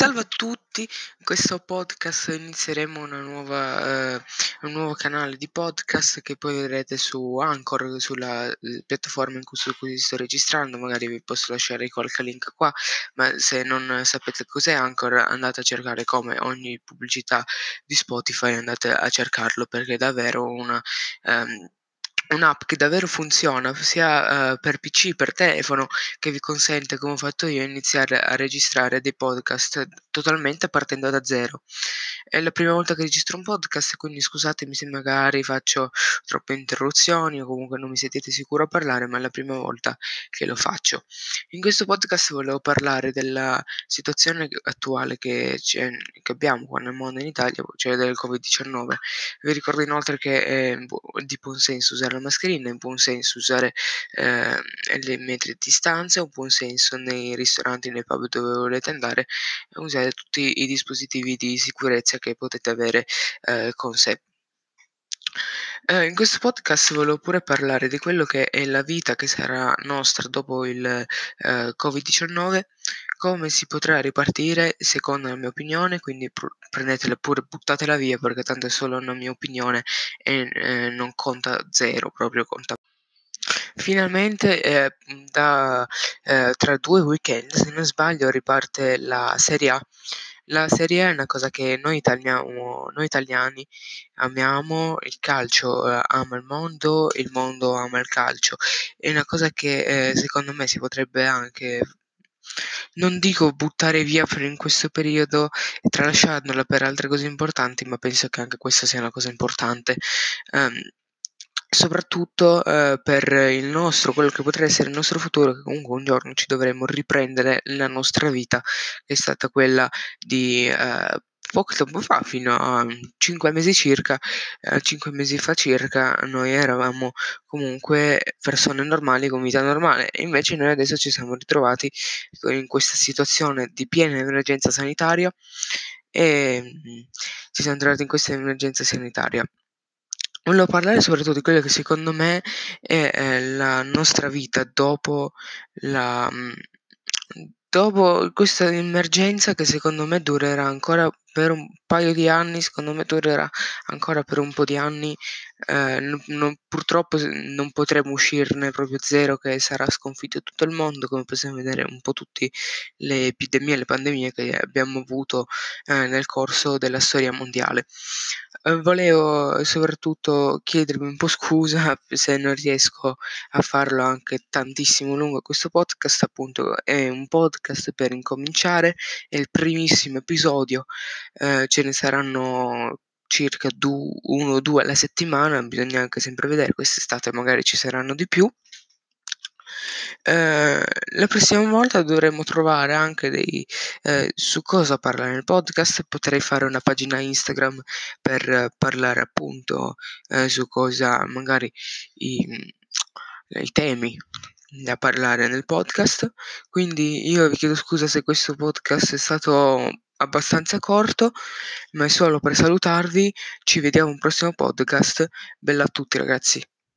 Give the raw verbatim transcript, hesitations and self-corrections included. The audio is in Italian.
Salve a tutti, in questo podcast inizieremo una nuova, ehm, un nuovo canale di podcast che poi vedrete su Anchor, sulla, uhm, piattaforma in cui su cui sto registrando, magari vi posso lasciare qualche link qua, ma se non sapete cos'è Anchor andate a cercare come ogni pubblicità di Spotify, andate a cercarlo perché è davvero una ehm, un'app che davvero funziona sia, ehm, per P C, per telefono, che vi consente, come ho fatto io, iniziare a registrare dei podcast totalmente partendo da zero. È la prima volta che registro un podcast, quindi scusatemi se magari faccio troppe interruzioni o comunque non mi sentite sicuro a parlare, ma è la prima volta che lo faccio. In questo podcast volevo parlare della situazione g attuale che c'è che abbiamo qua nel mondo in Italia, cioè del covid diciannove. Vi ricordo inoltre che è bu di buon senso usare la mascherina, è buon senso usare, ehm, le metri di distanza, è un buon senso nei ristoranti, nei pub dove volete andare, usare tutti i dispositivi di sicurezza che potete avere, ehm, con sé. Ehm, in questo podcast volevo pure parlare di quello che è la vita che sarà nostra dopo il, ehm, covid diciannove, come si potrà ripartire secondo la mia opinione, quindi pr prendetela pure buttatela via perché tanto è solo una mia opinione e, ehm, non conta zero, proprio conta finalmente, ehm, mhmm, da ehm, tra due weekend, se non sbaglio, riparte la Serie A. La Serie A è una cosa che noi italiamo noi italiani amiamo, il calcio, ehm, ama il mondo, il mondo ama il calcio. È una cosa che, ehm, secondo me si potrebbe anche non dico buttare via per in questo periodo e tralasciarla per altre cose importanti, ma penso che anche questa sia una cosa importante. Ehm, soprattutto, ehm, per il nostro quello che potrà essere il nostro futuro, che comunque un giorno ci dovremo riprendere la nostra vita, che è stata quella di, ehm, poco tempo fa, fino a cinque mesi circa, ehm, cinque mesi fa circa, noi eravamo comunque persone normali con vita normale e invece noi adesso ci siamo ritrovati co in questa situazione di piena emergenza sanitaria, ehm, ci siamo trovati in questa emergenza sanitaria. Volevo parlare soprattutto di quello che secondo me è, ehm, la nostra vita dopo la mhmm, dopo questa emergenza che secondo me durerà ancora per un paio di anni, secondo me durerà ancora per un po' di anni, ehm, non non purtroppo s non potremo uscirne proprio zero, che sarà sconfitto tutto il mondo, come possiamo vedere un po' tutti le epidemie e le pandemie che abbiamo avuto, ehm, nel corso della storia mondiale. Uhm, volevo soprattutto chiedervi un po' scusa se non riesco a farlo anche tantissimo lungo questo podcast, appunto è un podcast per incominciare, è il primissimo episodio, ehm, ce ne saranno circa du uno o due alla settimana, bisogna anche sempre vedere, quest'estate magari ci saranno di più. Ehm, la prossima volta dovremmo trovare anche dei ehm, su cosa parlare nel podcast, potrei fare una pagina Instagram per parlare appunto, ehm, su cosa magari i mhmm, i temi da parlare nel podcast. Quindi io vi chiedo scusa se questo podcast è stato abbastanza corto, ma è solo per salutarvi. Ci vediamo a un prossimo podcast. Bella a tutti ragazzi.